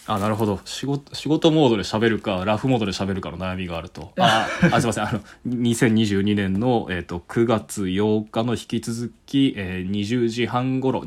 なるほど。仕事モードで喋るかラフモードで喋るかの悩みがあると。すいません。2022年の、9月8日の引き続き、20時半頃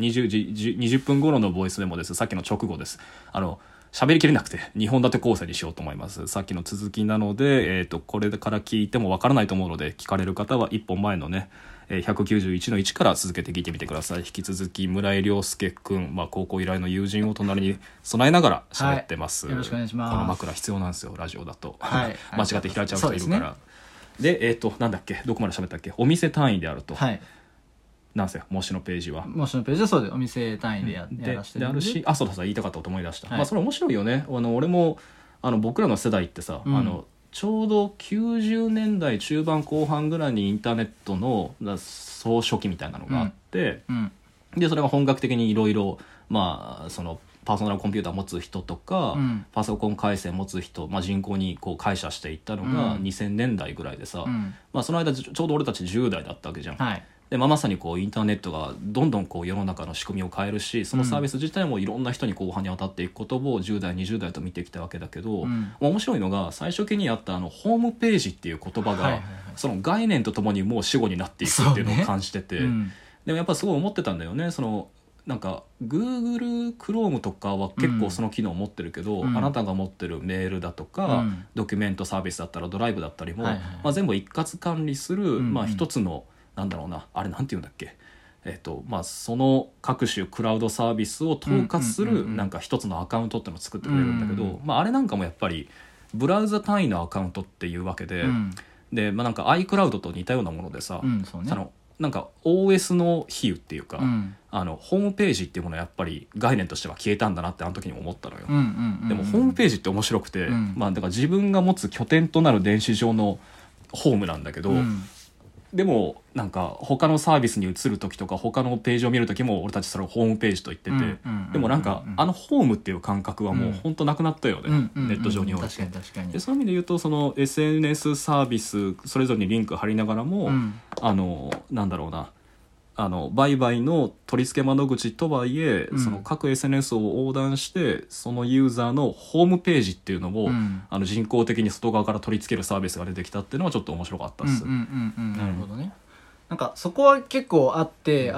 20分頃のボイスメモです。さっきの直後です。喋りきれなくて2本立て構成にしようと思います。さっきの続きなので、これから聞いてもわからないと思うので、聞かれる方は1本前のね、191の1から続けて聞いてみてください。引き続き村井亮介くん、高校以来の友人を隣に備えながら喋ってます、 よろしくお願いします。 この枕必要なんですよ、ラジオだと、 はい、 間違って開いちゃう人いるから。で、なんだっけ、どこまで喋ったっけ。お店単位であると、はい、なんせ模試のページはそうでお店単位でやらせてるんで、 あるし、そうだ言いたかったと思い出した、それ面白いよね。俺も僕らの世代ってさ、ちょうど90年代中盤後半ぐらいにインターネットの総書記みたいなのがあって、でそれが本格的にいろいろそのパーソナルコンピューター持つ人とか、パソコン回線持つ人、人口にこう解釈していったのが2000年代ぐらいでさ、その間ちょうど俺たち10代だったわけじゃん、でまさにこうインターネットがどんどんこう世の中の仕組みを変えるし、そのサービス自体もいろんな人に後半に渡っていくことを10代20代と見てきたわけだけど、面白いのが最初期にあったホームページっていう言葉が、その概念とともにもう死語になっていくっていうのを感じてて、でもやっぱすごい思ってたんだよね。そのなんか Google Chrome とかは結構その機能を持ってるけど、あなたが持ってるメールだとか、ドキュメントサービスだったらドライブだったりも、全部一括管理する、一つのなんだろうな、あれなんていうんだっけ、その各種クラウドサービスを統括するなんか一つのアカウントっていうのを作ってくれるんだけど、あれなんかもやっぱりブラウザ単位のアカウントっていうわけで、でなんか iCloud と似たようなものでさ、そのなんか OS の比喩っていうか、ホームページっていうものはやっぱり概念としては消えたんだなってあの時にも思ったのよ。でもホームページって面白くて、だから自分が持つ拠点となる電子上のホームなんだけど、でもなんか他のサービスに移る時とか他のページを見る時も俺たちそれをホームページと言ってて、でもなんかホームっていう感覚はもう本当なくなったよね、ネット上において。でそういう意味で言うと、その SNS サービスそれぞれにリンク貼りながらも、なんだろうな、売買の取り付け窓口とはいえ、その各 SNS を横断してそのユーザーのホームページっていうのを、人工的に外側から取り付けるサービスが出てきたっていうのはちょっと面白かったです。 なるほどね。なんかそこは結構あって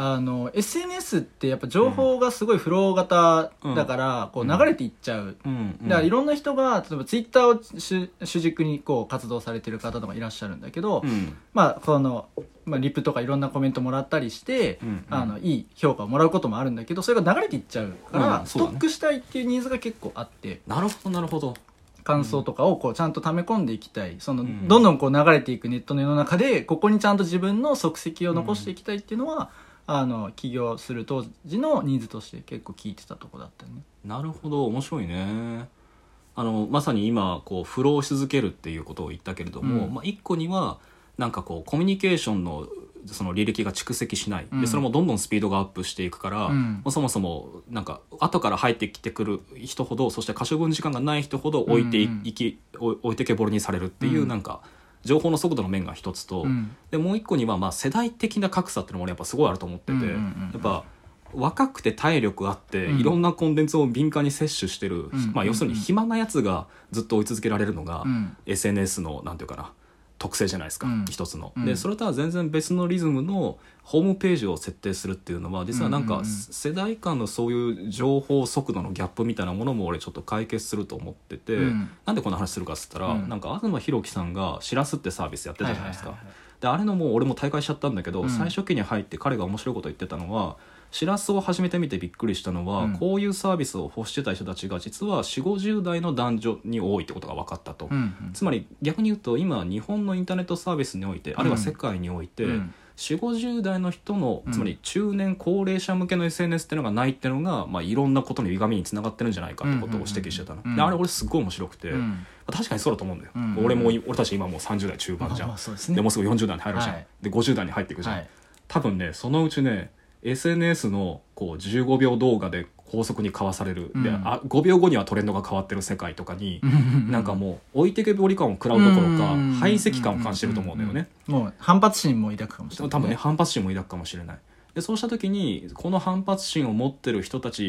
、SNS ってやっぱ情報がすごいフロー型だから、こう流れていっちゃう、だからいろんな人が例えばツイッターを主軸にこう活動されてる方とかいらっしゃるんだけど、そのリプとかいろんなコメントもらったりして、いい評価をもらうこともあるんだけど、それが流れていっちゃうから、ストックしたいっていうニーズが結構あって。 なるほどなるほど。 感想とかをこうちゃんと溜め込んでいきたい、そのどんどんこう流れていくネットの世の中でここにちゃんと自分の足跡を残していきたいっていうのは、起業する当時のニーズとして結構聞いてたとこだったよね。 なるほど、面白いね。まさに今こうフローし続けるっていうことを言ったけれども、一個にはなんかこうコミュニケーションのその履歴が蓄積しない、でそれもどんどんスピードがアップしていくから、そもそもなんか後から入ってきてくる人ほど、そして可処分時間がない人ほど置いてけぼりにされるっていう、なんか情報の速度の面が一つと、でもう一個には世代的な格差っていうのも俺やっぱすごいあると思ってて、やっぱ若くて体力あって、いろんなコンテンツを敏感に摂取してる、要するに暇なやつがずっと追い続けられるのが、SNS のなんていうかな特性じゃないですか、一つの。でそれとは全然別のリズムのホームページを設定するっていうのは、実はなんか世代間のそういう情報速度のギャップみたいなものも俺ちょっと解決すると思ってて、なんでこんな話するかっつったら、なんか東博樹さんがしらすってサービスやってたじゃないですか。であれのもう俺も大会しちゃったんだけど、最初期に入って彼が面白いこと言ってたのは、しらすを始めてみてびっくりしたのは、こういうサービスを欲してた人たちが実は 40,50 代の男女に多いってことが分かったと、つまり逆に言うと今日本のインターネットサービスにおいて、あるいは世界において、40,50 代の人のつまり中年高齢者向けの SNS っていうのがないっていうのが、いろんなことの歪みにつながってるんじゃないかってことを指摘してたの、であれ俺すっごい面白くて、確かにそうだと思うんだよ、俺たち今もう30代中盤じゃん、でもうすぐ40代に入るじゃん、で50代に入っていくじゃん、多分ねそのうちねSNS のこう15秒動画で高速に交わされる、で5秒後にはトレンドが変わってる世界とかに、なんかもう置いてけぼり感を食らうどころか排斥感を感じてると思うんだよね。 もう反発心も抱くかもしれない、 多分ね反発心も抱くかもしれない。でそうした時にこの反発心を持ってる人たち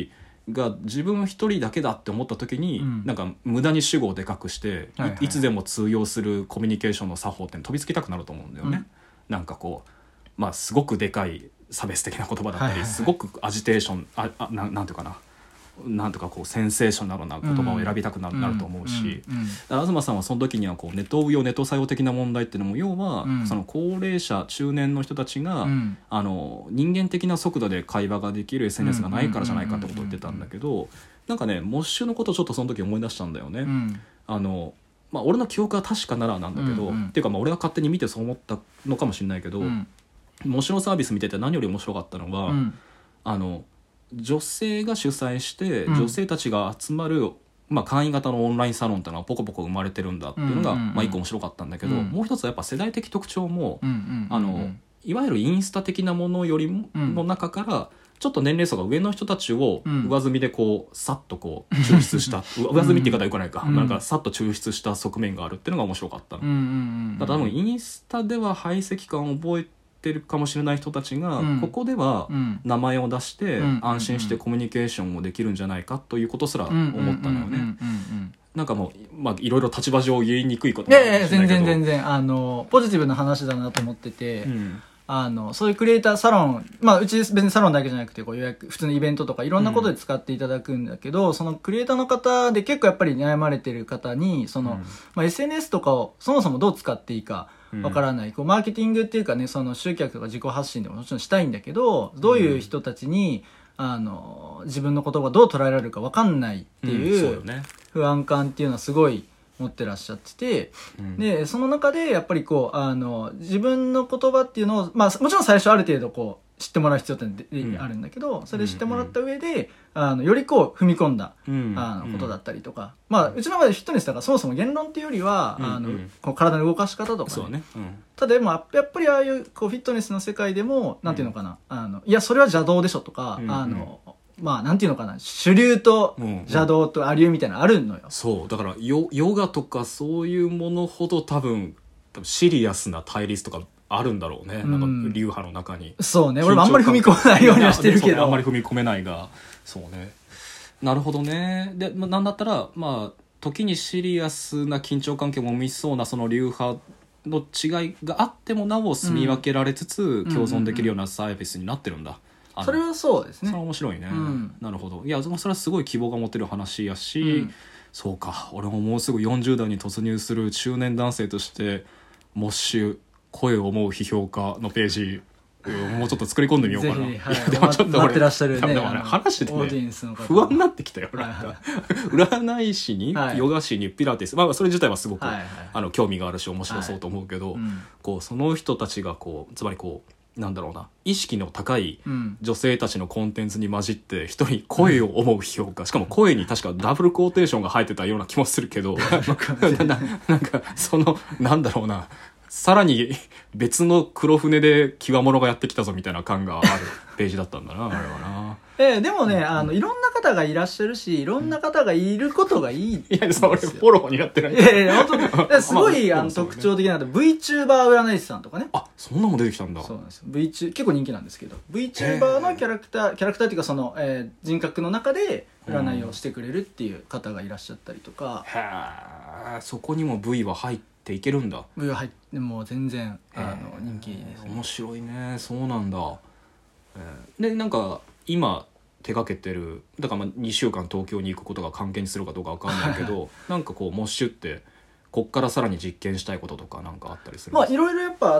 が自分一人だけだって思った時に、なんか無駄に主語をでかくして、いつでも通用するコミュニケーションの作法って飛びつきたくなると思うんだよね、なんかこうまあすごくでかい差別的な言葉だったり、すごくアジテーションなんていうかな、なんとかこうセンセーショナルな言葉を選びたくなると思うし、東さんはその時にはこうネトウヨネト作用的な問題っていうのも要は、その高齢者中年の人たちが、人間的な速度で会話ができる SNS がないからじゃないかってことを言ってたんだけど、なんかねモッシュのことをちょっとその時思い出したんだよね。まあ、俺の記憶は確かならなんだけど、っていうかまあ俺が勝手に見てそう思ったのかもしれないけど、モッシュのサービス見てて何より面白かったのは、女性が主催して女性たちが集まる、まあ、簡易型のオンラインサロンっていうのはポコポコ生まれてるんだっていうのが、まあ、一個面白かったんだけど、もう一つはやっぱ世代的特徴も、いわゆるインスタ的なものよりもの中からちょっと年齢層が上の人たちを上積みでこうさっとこう抽出した上積みって言い方はよくないか、なんかさっと抽出した側面があるっていうのが面白かったの。だから多分インスタでは排斥感を覚えてるかもしれない人たちが、ここでは名前を出して安心してコミュニケーションをできるんじゃないかということすら思ったのよね。なんかもう、まあ、いろいろ立場上言いにくいこともあるかもしれないけど、 全然ポジティブな話だなと思ってて、そういうクリエイターサロン、まあ、うち別にサロンだけじゃなくてこう予約普通のイベントとかいろんなことで使っていただくんだけど、そのクリエイターの方で結構やっぱり悩まれてる方にまあ、SNS とかをそもそもどう使っていいかわからない、こうマーケティングっていうかね、その集客とか自己発信でももちろんしたいんだけど、どういう人たちに自分の言葉がどう捉えられるかわかんないっていう不安感っていうのはすごい持ってらっしゃってて、でその中でやっぱりこう自分の言葉っていうのを、まあ、もちろん最初ある程度こう知ってもらう必要ってあるんだけど、それで知ってもらった上でよりこう踏み込んだことだったりとか、まあ、うちの場合フィットネスだからそもそも言論っていうよりはこう体の動かし方とかね、ただでもやっぱりああいうこうフィットネスの世界でもなんていうのかな、いやそれは邪道でしょとか、まあなんていうのかな、主流と邪道と亜流みたいなのあるのよ。 そうだからヨガとかそういうものほど多分シリアスな対立とかあるんだろうね、なんか流派の中に。 そうね、俺もあんまり踏み込まないようにはしてるけど、 あんまり踏み込めないが、そうね、なるほどね。で、なんだったらまあ時にシリアスな緊張関係も生みそうなその流派の違いがあってもなお住み分けられつつ共存できるようなサービスになってるんだ。 それはそうですね。 それは面白いね、なるほど。いやそれはすごい希望が持てる話やし、そうか、俺ももうすぐ40代に突入する中年男性としてモッシュ声を思う批評家のページもうちょっと作り込んでみようかな。 ぜひ、はい、 でもちょっと待ってらっしゃるね、 でもね話でねオーディエンスの方不安になってきたよ、占い師に、ヨガ師にピラティス、まあ、それ自体はすごく、興味があるし面白そうと思うけど、こうその人たちがこうつまりこうなんだろうな、意識の高い女性たちのコンテンツに混じって一人声を思う批評家、しかも声に確かダブルクォーテーションが入ってたような気もするけどなんかそのなんだろうな、さらに別の黒船で極物がやってきたぞみたいな感があるページだったんだなあれはな。 でもね、いろんな方がいらっしゃるし、いろんな方がいることがいいんですよ。 いや、それフォローになってない。 いや本当にすごい、特徴的なので VTuber 占い師さんとかね。 あ、そんなも出てきたんだ。 そうなんですよ。結構人気なんですけど、 VTuber のキャラクターっていうかその、人格の中で占いをしてくれるっていう方がいらっしゃったりとか。 へえ、そこにも V は入っていけるんだ。 V は入ってもう全然人気ですね。 面白いね。そうなんだ。でなんか今手掛けてる、だからまあ2週間東京に行くことが関係にするかどうか分かんないけどなんかこうモッシュってこっからさらに実験したいこととかなんかあったりするんですか？ まあいろいろやっぱあって、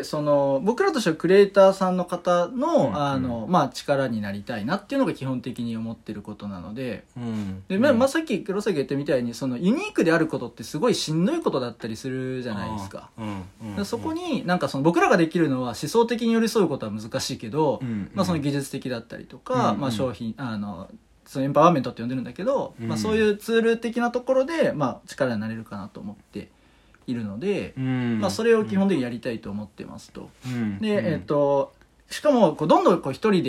その僕らとしてはクリエイターさんの方の、まあ力になりたいなっていうのが基本的に思ってることなので、でまあさっき黒崎が言ったみたいにそのユニークであることってすごいしんどいことだったりするじゃないですか。そこになんかその僕らができるのは思想的に寄り添うことは難しいけど、まあその技術的だったりとか、まあ商品そのエンパワーメントって呼んでるんだけど、まあ、そういうツール的なところで、まあ、力になれるかなと思っているので、まあ、それを基本的にやりたいと思ってますと。でしかもこうどんどんこう一人で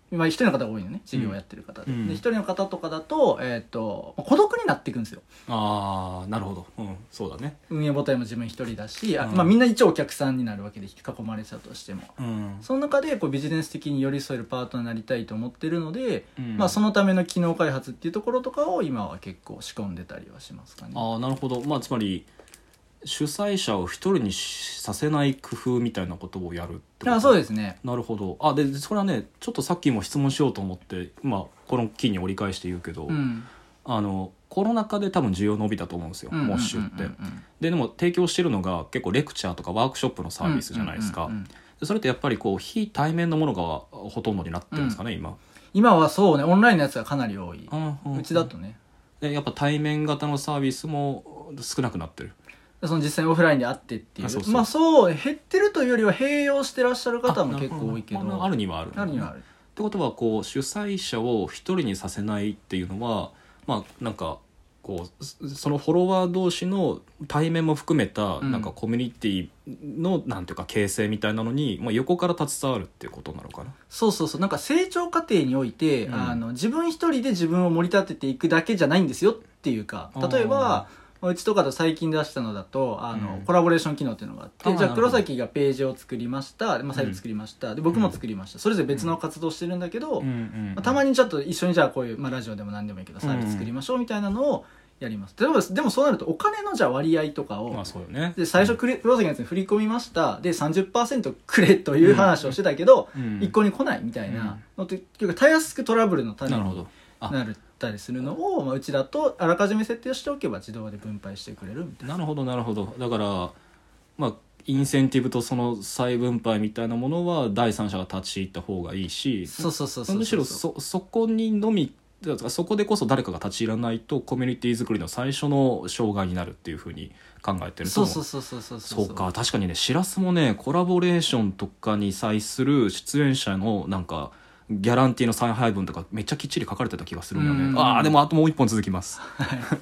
今一人の方が多いのね、事業をやってる方で、 うん、 で一人の方とかだと、孤独になっていくんですよ。 ああなるほど、うん、そうだね。 運営母体も自分一人だし、みんな一応お客さんになるわけで囲まれてたとしても、その中でこうビジネス的に寄り添えるパートナーになりたいと思ってるので、そのための機能開発っていうところとかを今は結構仕込んでたりはしますかね。 ああなるほど、つまり主催者を一人にさせない工夫みたいなことをやるってこと。 そうですね。 なるほど。でそれはねちょっとさっきも質問しようと思ってこの機に折り返して言うけど、コロナ禍で多分需要伸びたと思うんですよ、モッシュって。でも提供してるのが結構レクチャーとかワークショップのサービスじゃないですか。それってやっぱりこう非対面のものがほとんどになってるんですかね、 今はそうね、オンラインのやつがかなり多い、うちだとね。 でやっぱ対面型のサービスも少なくなってる。 その実際にオフラインで会ってっていう、そう減ってるというよりは併用してらっしゃる方も結構多いけど、 あるにはある、 あるにはある。 ってことはこう主催者を一人にさせないっていうのはなんかこうそのフォロワー同士の対面も含めたなんかコミュニティのなんていうか形成みたいなのに、横から携わるっていうことなのかな。 そうなんか成長過程において、自分一人で自分を盛り立てていくだけじゃないんですよっていうか、例えばうちとかと最近出したのだとコラボレーション機能っていうのがあって、じゃあ黒崎がページを作りました、サイト作りました、で僕も作りました、それぞれ別の活動してるんだけど、たまにちょっと一緒にじゃあこういう、ラジオでも何でもいいけどサービス作りましょうみたいなのをやります。でもそうなるとお金のじゃあ割合とかを、 そうよね、 で最初黒崎のやつに振り込みましたで 30% くれという話をしてたけど、一向に来ないみたいなのって結構たやすくトラブルの種になるたりするのを、うちだとあらかじめ設定しておけば自動で分配してくれるみたいな。 なるほどなるほど。だからインセンティブとその再分配みたいなものは第三者が立ち入った方がいいし、むしろそこにのみそこでこそ誰かが立ち入らないとコミュニティ作りの最初の障害になるっていうふうに考えてると。そうか、確かにね、しらすもねコラボレーションとかに際する出演者のなんかギャランティーの再配分とかめっちゃきっちり書かれてた気がするんだよね。でもあともう一本続きます